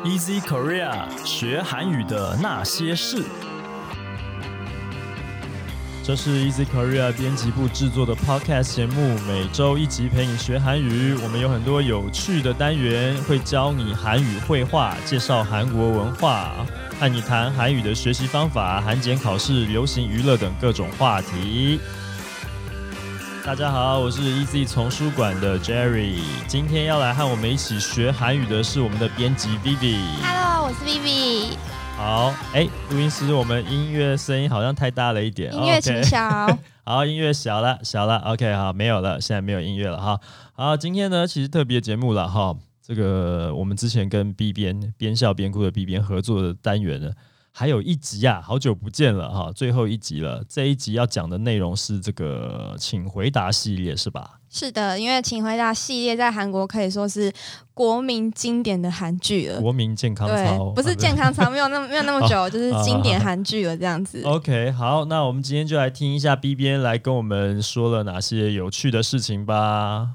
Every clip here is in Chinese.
Easy Korea 学韩语的那些事。这是 Easy Korea 编辑部制作的 Podcast 节目，每周一集陪你学韩语。我们有很多有趣的单元，会教你韩语绘画，介绍韩国文化，和你谈韩语的学习方法、韩检考试、流行娱乐等各种话题。大家好，我是 Easy 丛书馆的 Jerry， 今天要来和我们一起学韩语的是我们的编辑 Vivi。Hello， 我是 Vivi。 好，录音师，我们音乐声音好像太大了一点， 音乐请小。 好，音乐小了，OK， 好，没有了，现在没有音乐了哈。好，今天呢，其实特别节目了哈，这个我们之前跟 B 编校编库的 B 编合作的单元呢，还有一集啊，好久不见了哈，最后一集了。这一集要讲的内容是这个请回答系列是吧？ 是的，因为请回答系列在韩国可以说是国民经典的韩剧了。 国民健康操， 对，不是健康操，没有那么久，就是经典韩剧了这样子。 OK， 好，那我们今天就来听一下 B 编来跟我们说了哪些有趣的事情吧。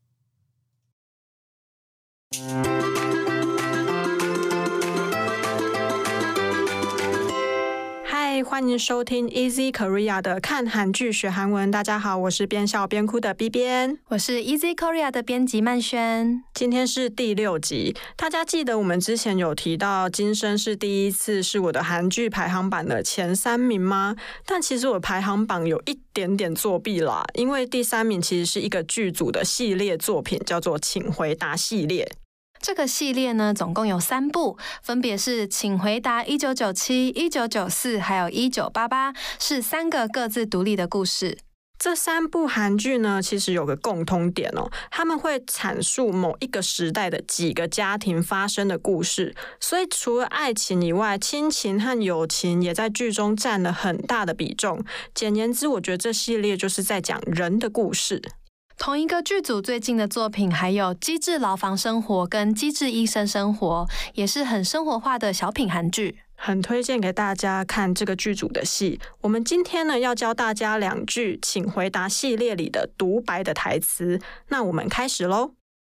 欢迎收听 Easy Korea 的看韩剧学韩文。大家好，我是编校编库的 B 编， 我是 Easy Korea 的编辑曼轩。 今天是第6集，大家记得我们之前有提到今生是第一次是我的韩剧排行榜的前3名吗？但其实我排行榜有一点点作弊啦，因为第3名其实是一个剧组的系列作品，叫做请回答系列。 这个系列呢，总共有3部，分别是请回答1997、1994还有1988，是3个各自独立的故事。 这3部韩剧呢，其实有个共通点哦，他们会阐述某一个时代的几个家庭发生的故事，所以除了爱情以外，亲情和友情也在剧中占了很大的比重。简言之，我觉得这系列就是在讲人的故事。 同一个剧组最近的作品还有《机智牢房生活》跟《机智医生生活》，也是很生活化的小品韩剧， 很推荐给大家看这个剧组的戏。我们今天呢，要教大家2句请回答系列里的独白的台词。那我们开始咯。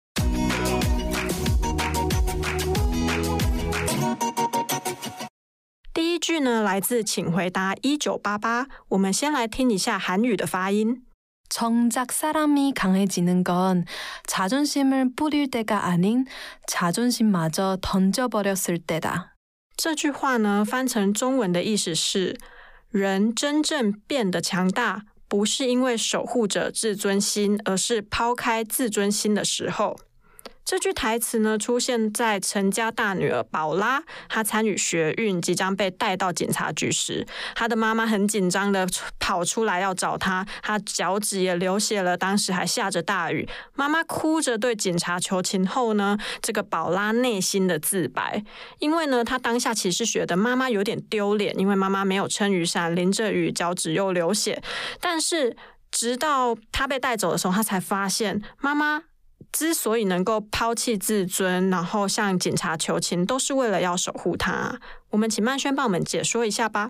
第一句呢，来自请回答1988，我们先来听一下韩语的发音。 정작 사람이 강해지는 건 자존심을 뿌릴 때가 아닌 자존심마저 던져버렸을 때다. 这句话呢，翻成中文的意思是，人真正变得强大，不是因为守护着自尊心，而是抛开自尊心的时候。这句台词呢，出现在陈家大女儿宝拉，她参与学运即将被带到警察局时，她的妈妈很紧张的跑出来要找她，她脚趾也流血了，当时还下着大雨，妈妈哭着对警察求情后呢，这个宝拉内心的自白，因为呢，她当下其实觉得妈妈有点丢脸，因为妈妈没有撑雨伞，淋着雨，脚趾又流血，但是直到她被带走的时候，她才发现妈妈之所以能够抛弃自尊，然后向警察求情，都是为了要守护他。我们请曼轩帮我们解说一下吧。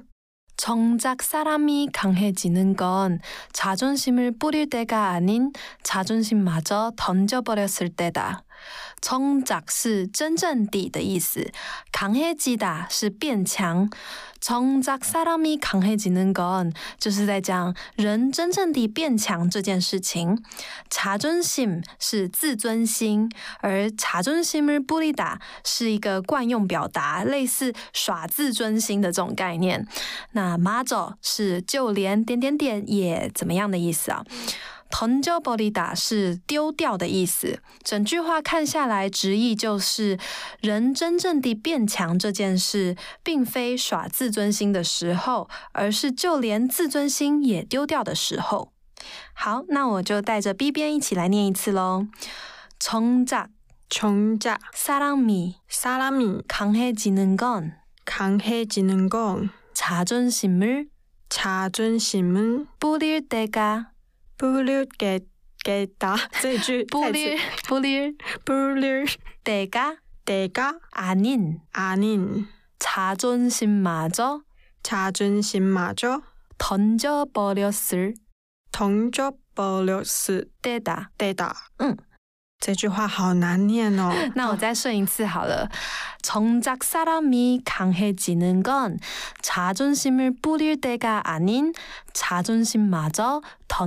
정작 사람이 강해지는 건 자존심을 뿌릴 때가 아닌 자존심마저 던져버렸을 때다. 정작 是真正地的意思，강해지다 是变强。정작 사람이 강해지는 건就是在讲人真正地变强这件事情。자존심 是自尊心，而자존심을 뿌리다 是一个惯用表达，类似耍自尊心的这种概念。那마저是就连点点点也怎么样的意思啊。던져버리다 是丢掉的意思，整句话看下来直译就是人真正地变强这件事并非耍自尊心的时候，而是就连自尊心也丢掉的时候。好，那我就带着 B 编一起来念一次咯。정작 사람이 강해지는 건 자존심을 뿌릴 때가 这一句 뿌릴 때가 아닌 자존심마저 던져버렸을 때다. 这句话好难念哦。 那我再顺一次好了。정작 사람이 강해지는 건 자존심을 뿌릴 때가 아닌 자존심마저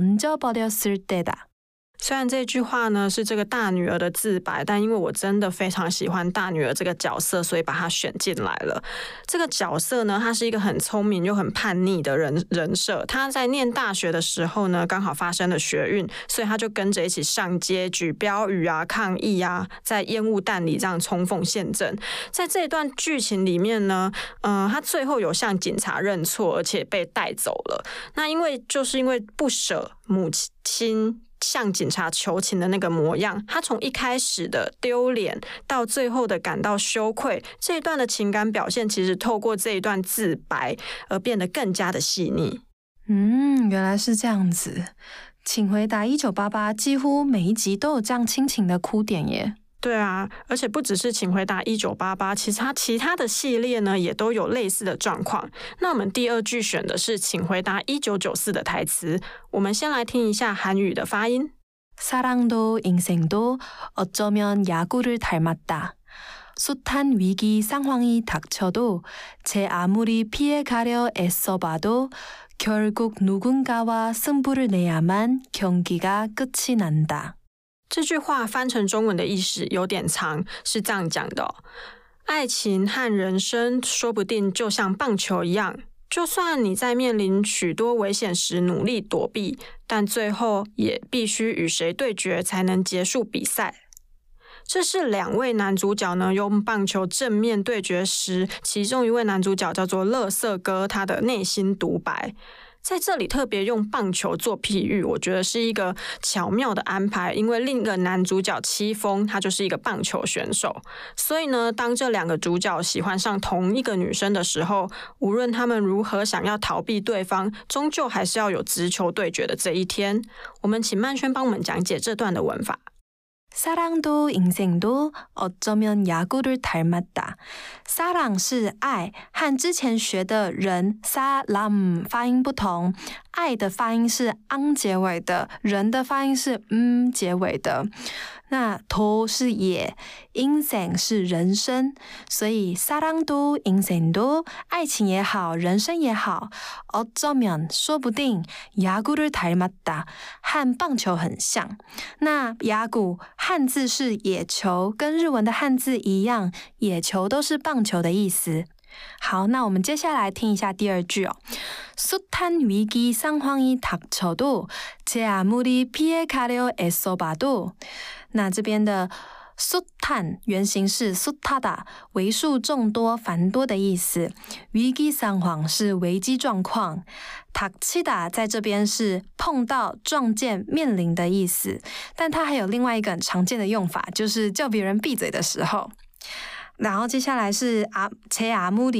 던져버렸을 때다. 虽然这句话呢是这个大女儿的自白，但因为我真的非常喜欢大女儿这个角色，所以把她选进来了。这个角色呢，她是一个很聪明又很叛逆的人设。她在念大学的时候呢，刚好发生了学运，所以她就跟着一起上街举标语啊、抗议啊，在烟雾弹里这样冲锋陷阵。在这一段剧情里面呢，她最后有向警察认错，而且被带走了。那因为不舍母亲向警察求情的那个模样，他从一开始的丢脸到最后的感到羞愧，这一段的情感表现其实透过这一段自白而变得更加的细腻。 原来是这样子。请回答1988几乎每一集都有这样亲情的哭点耶。 对啊，而且不只是请回答1988，其他的系列呢也都有类似的状况。那我们第二句选的是请回答1994的台词，我们先来听一下韩语的发音。 사랑도 인생도 어쩌면 야구를 닮았다. 숱한 위기 상황이 닥쳐도 제 아무리 피해가려 애써봐도 결국 누군가와 승부를 내야만 경기가 끝이 난다. 这句话翻成中文的意思有点长，是这样讲的哦。爱情和人生说不定就像棒球一样，就算你在面临许多危险时努力躲避，但最后也必须与谁对决才能结束比赛。这是两位男主角呢用棒球正面对决时，其中一位男主角叫做垃圾哥，他的内心独白。在这里特别用棒球做譬喻，我觉得是一个巧妙的安排，因为另一个男主角戚风他就是一个棒球选手，所以呢，当这两个主角喜欢上同一个女生的时候，无论他们如何想要逃避对方，终究还是要有直球对决的这一天。我们请曼轩帮我们讲解这段的文法。 사랑도 인생도 어쩌면 야구를 닮았다. 사랑 是爱，和之前学的人 사람 发音不同，爱的发音是 ang 结尾的，人的发音是结尾的。那도是也，인생是人生，所以사랑도 인생도爱情也好，人生也好，어쩌면说不定야구를 닮았다和棒球很像。那야구汉字是野球，跟日文的汉字一样，野球都是棒球的意思。好，那我们接下来听一下第二句哦。숱한 위기 상황이 닥쳐도 제 아무리 피해가려 애써봐도， 那这边的숱한原型是숱하다，为数众多、繁多的意思。위기 상황是危机状况。닥치다在这边是碰到、撞见、面临的意思，但它还有另外一个很常见的用法，就是叫别人闭嘴的时候。然后接下来是제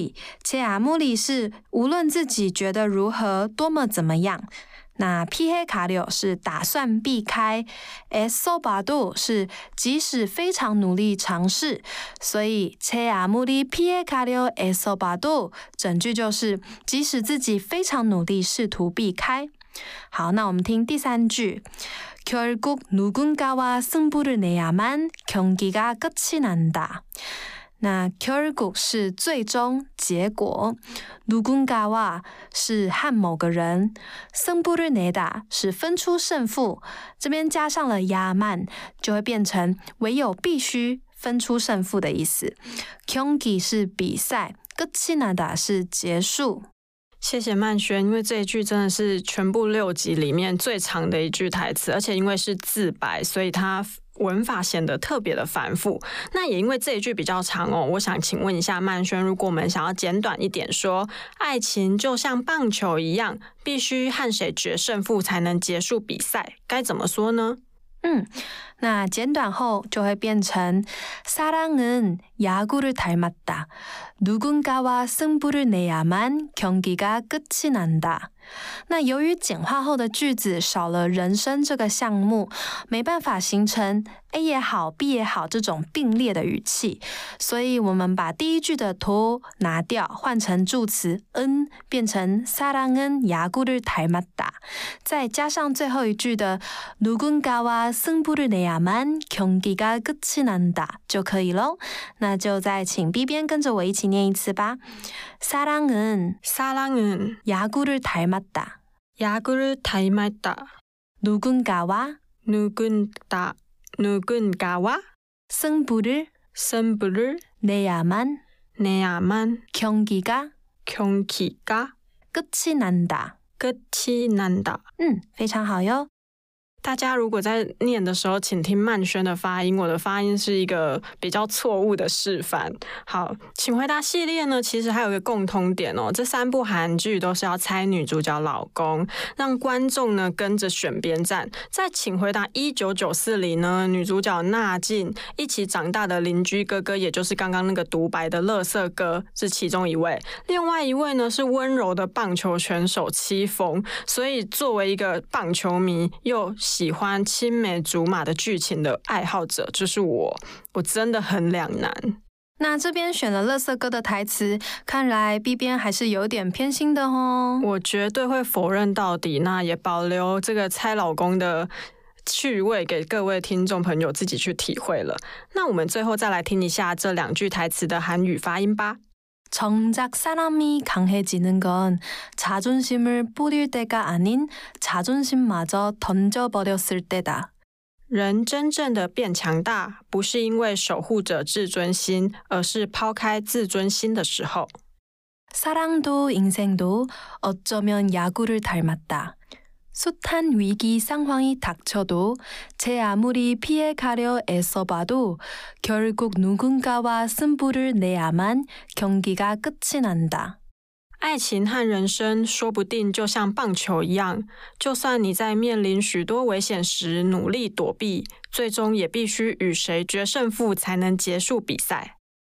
아무리是无论自己觉得如何，多么怎么样。那피해가려是打算避开，애써봐도是即使非常努力尝试，所以제 아무리 피해가려 애써봐도整句就是即使自己非常努力试图避开。好，那我们听第三句。결국 누군가와 승부를 내야만 경기가 끝이 난다。那결국是最终结果，누군가와是和某个人，승부를 내다是分出胜负，这边加上了야만，就会变成唯有必须分出胜负的意思。경기是比赛，끝이 나다是结束。 谢谢曼轩，因为这一句真的是全部6集里面最长的一句台词，而且因为是自白，所以它文法显得特别的繁复。那也因为这一句比较长哦，我想请问一下曼轩，如果我们想要简短一点说，爱情就像棒球一样，必须和谁决胜负才能结束比赛，该怎么说呢？ 那简短后就会变成사랑은 야구를 닮았다. 누군가와 승부를 내야만 경기가 끝이 난다. 那由于简化后的句子少了人生这个项目，没办法形成 A 也好 B 也好这种并列的语气，所以我们把第一句的도拿掉，换成助词은，变成사랑은 야구를 닮았다，再加上最后一句的누군가와 승부를 내야만 내야만 경기가 끝이 난다就可以咯。那就再请 B 边跟着我一起念一次吧。사랑은 야구를 닮았다. 야구를 닮았다. 누군가와 승부를 내야만 경기가 끝이 난다. 非常好哟。 大家如果在念的时候，请听曼轩的发音，我的发音是一个比较错误的示范。好，请回答系列呢，其实还有一个共通点哦，这3部韩剧都是要猜女主角老公，让观众呢跟着选边站。在请回答1994里呢，女主角纳静一起长大的邻居哥哥，也就是刚刚那个独白的垃圾哥是其中一位，另外一位呢是温柔的棒球选手戚风。所以作为一个棒球迷又喜欢青梅竹马的剧情的爱好者，就是我真的很两难。 那这边选了垃圾哥的台词，看来 B 边还是有点偏心的哦。 我绝对会否认到底，那也保留这个猜老公的趣味给各位听众朋友自己去体会了。那我们最后再来听一下这2句台词的韩语发音吧。 정작 사람이 강해지는 건 자존심을 뿌릴 때가 아닌 자존심마저 던져버렸을 때다. 人真正的变强大，不是因为守护着自尊心，而是抛开自尊心的时候。 사랑도 인생도 어쩌면 야구를 닮았다. 숱한 위기 상황이 닥쳐도 제 아무리 피해가려 애써봐도 결국 누군가와 승부를 내야만 경기가 끝이 난다. 爱情和人生说不定就像棒球一样，就算你在面临许多危险时努力躲避，最终也必须与谁决胜负才能结束比赛。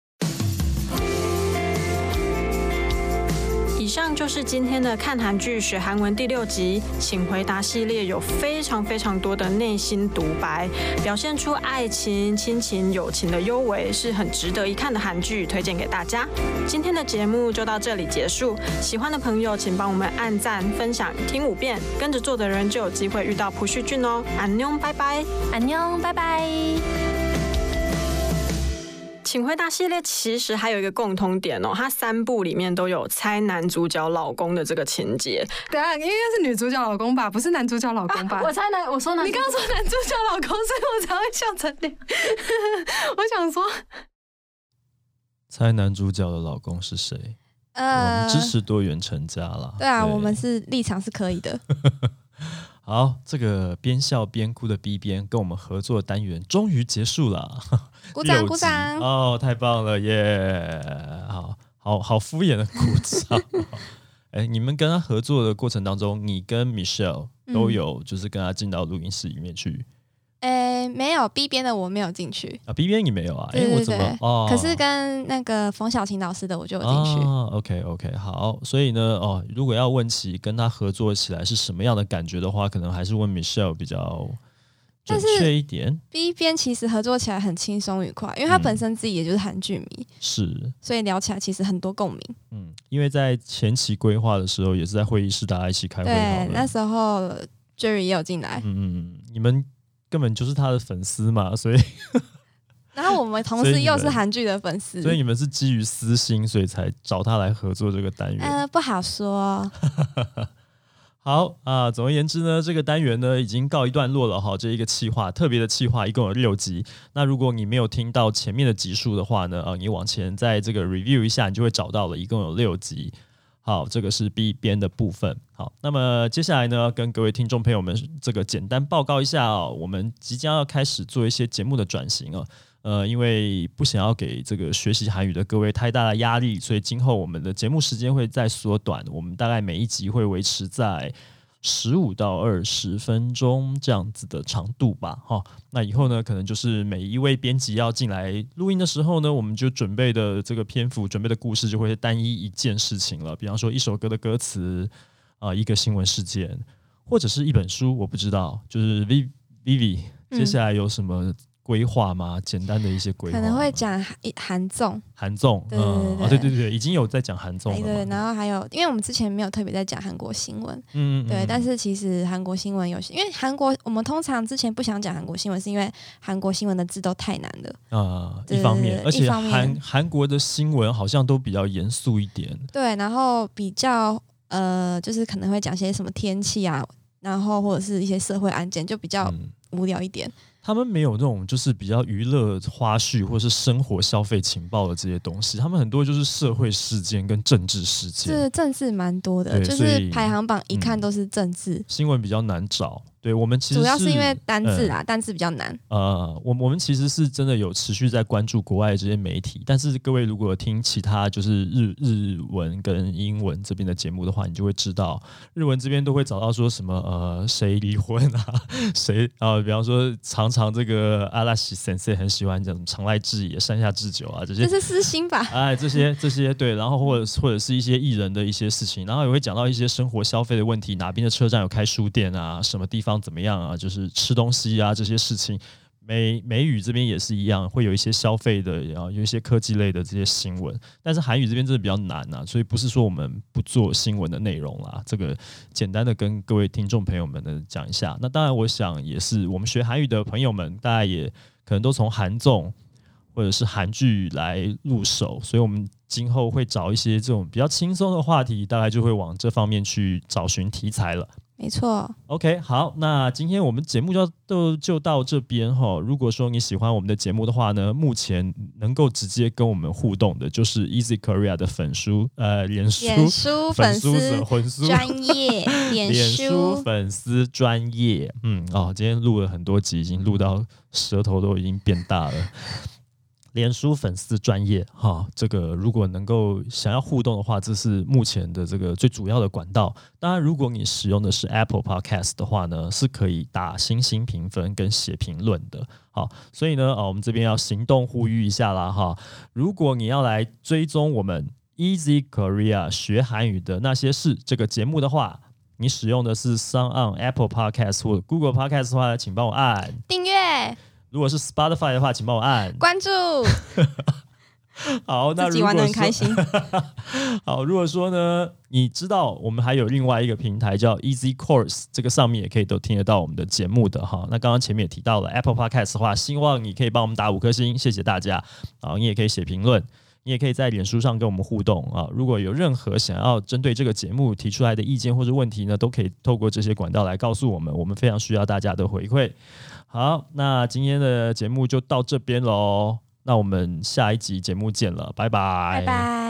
以上就是今天的看韩剧学韩文第6集，请回答系列有非常多的内心独白，表现出爱情、亲情、友情的幽微，是很值得一看的韩剧，推荐给大家。今天的节目就到这里结束，喜欢的朋友请帮我们按赞、分享、听5遍，跟着做的人就有机会遇到朴叙俊哦。안녕，拜拜。 안녕，拜拜。 请回答系列其实还有一个共通点哦，它3部里面都有猜男主角老公的这个情节。 等一下，应该是女主角老公吧，不是男主角老公吧？ 我说男， 你刚刚说男主角老公，所以我才会笑成这样。我想说， 猜男主角的老公是谁？我们支持多元成家啦。 对啊，我们是立场是可以的。 好，这个边笑边哭的 B 边跟我们合作的单元终于结束了， 鼓掌鼓掌！ 哦，太棒了耶！好敷衍的鼓掌。你们跟他合作的过程当中，你跟 Michelle 都有就是跟他进到录音室里面去？ 没有 B 边的我没有进去啊 ，B 边你没有啊？ 对我怎么？哦， 可是跟那个冯小琴老师的我就有进去。 OK， 好，所以呢，如果要问起跟他合作起来是什么样的感觉的话，可能还是问 Michelle 比较准确一点。 B 边其实合作起来很轻松愉快，因为他本身自己也就是韩剧迷， 是， 所以聊起来其实很多共鸣。 因为在前期规划的时候，也是在会议室大家一起开会讨论。 对，那时候 Jerry 也有进来。 你们根本就是他的粉丝嘛，所以然后我们同时又是韩剧的粉丝， 所以你们是基于私心，所以才找他来合作这个单元。 不好说。 好啊，总而言之呢，这个单元呢已经告一段落了哈。这一个企划，特别的企划，一共有6集。那如果你没有听到前面的集数的话呢，你往前在这个 review 一下，你就会找到了，一共有6集。好，这个是 B 边的部分。好，那么接下来呢，跟各位听众朋友们这个简单报告一下我们即将要开始做一些节目的转型因为不想要给这个学习韩语的各位太大的压力，所以今后我们的节目时间会再缩短，我们大概每一集会维持在15到20分钟这样子的长度吧。那以后呢，可能就是每一位编辑要进来录音的时候呢，我们就准备的这个篇幅、准备的故事就会单一一件事情了，比方说一首歌的歌词一个新闻事件，或者是一本书，我不知道，就是 Vivi 接下来有什么规划吗？简单的一些规划可能会讲韩综， 韩综， 对对对对对对，已经有在讲韩综了嘛。 对，然后还有，因为我们之前没有特别在讲韩国新闻，对，但是其实韩国新闻有些，因为韩国我们通常之前不想讲韩国新闻，是因为韩国新闻的字都太难了一方面，而且韩国的新闻好像都比较严肃一点， 对，然后比较就是可能会讲些什么天气啊，然后或者是一些社会案件，就比较无聊一点。 他们没有那种就是比较娱乐花絮或是生活消费情报的这些东西，他们很多就是社会事件跟政治事件， 这政治蛮多的，就是排行榜一看都是政治， 新闻比较难找。对，我们其实主要是因为单字啦，单字比较难。 我们其实是真的有持续在关注国外的这些媒体，但是各位如果听其他就是日文跟英文这边的节目的话，你就会知道日文这边都会找到说什么谁离婚啊，谁比方说常常这个阿拉西先生很喜欢讲什么长濑智也、山下智久啊这些， 这是私心吧？ 这些对，然后或者是一些艺人的一些事情，然后也会讲到一些生活消费的问题，哪边的车站有开书店啊，什么地方怎么样啊，就是吃东西啊这些事情。美语这边也是一样，会有一些消费的，然后有一些科技类的这些新闻。但是韩语这边真的比较难啊，所以不是说我们不做新闻的内容啦。这个简单的跟各位听众朋友们的讲一下。那当然，我想也是我们学韩语的朋友们，大家也可能都从韩综或者是韩剧来入手，所以我们今后会找一些这种比较轻松的话题，大概就会往这方面去找寻题材了。 没错 ，OK， 好，那今天我们节目就到这边哈。如果说你喜欢我们的节目的话呢，目前能够直接跟我们互动的就是 Easy Korea 的脸书粉丝专业， 脸书粉丝专业，今天录了很多集，已经录到舌头都已经变大了。脸书粉丝专业这个如果能够想要互动的话，这是目前的这个最主要的管道。当然，如果你使用的是 Apple Podcast 的话呢，是可以打星星评分跟写评论的。好，所以呢，我们这边要行动呼吁一下啦哈。如果你要来追踪我们 Easy Korea 学韩语的那些事这个节目的话，你使用的是 SoundOn、Apple Podcast 或者 Google Podcast 的话，请帮我按订阅。 如果是 Spotify 的话，请帮我按关注。 好，那自己玩得很开心。 好，如果说呢，你知道我们还有另外一个平台叫 Easy Course， 这个上面也可以都听得到我们的节目的哈。那刚刚前面也提到了 Apple Podcast 的话，希望你可以帮我们打5颗星，谢谢大家。好，你也可以写评论，你也可以在脸书上跟我们互动啊。如果有任何想要针对这个节目提出来的意见或者问题呢，都可以透过这些管道来告诉我们，我们非常需要大家的回馈。好，那今天的节目就到这边咯，那我们下一集节目见了，拜拜， 拜拜。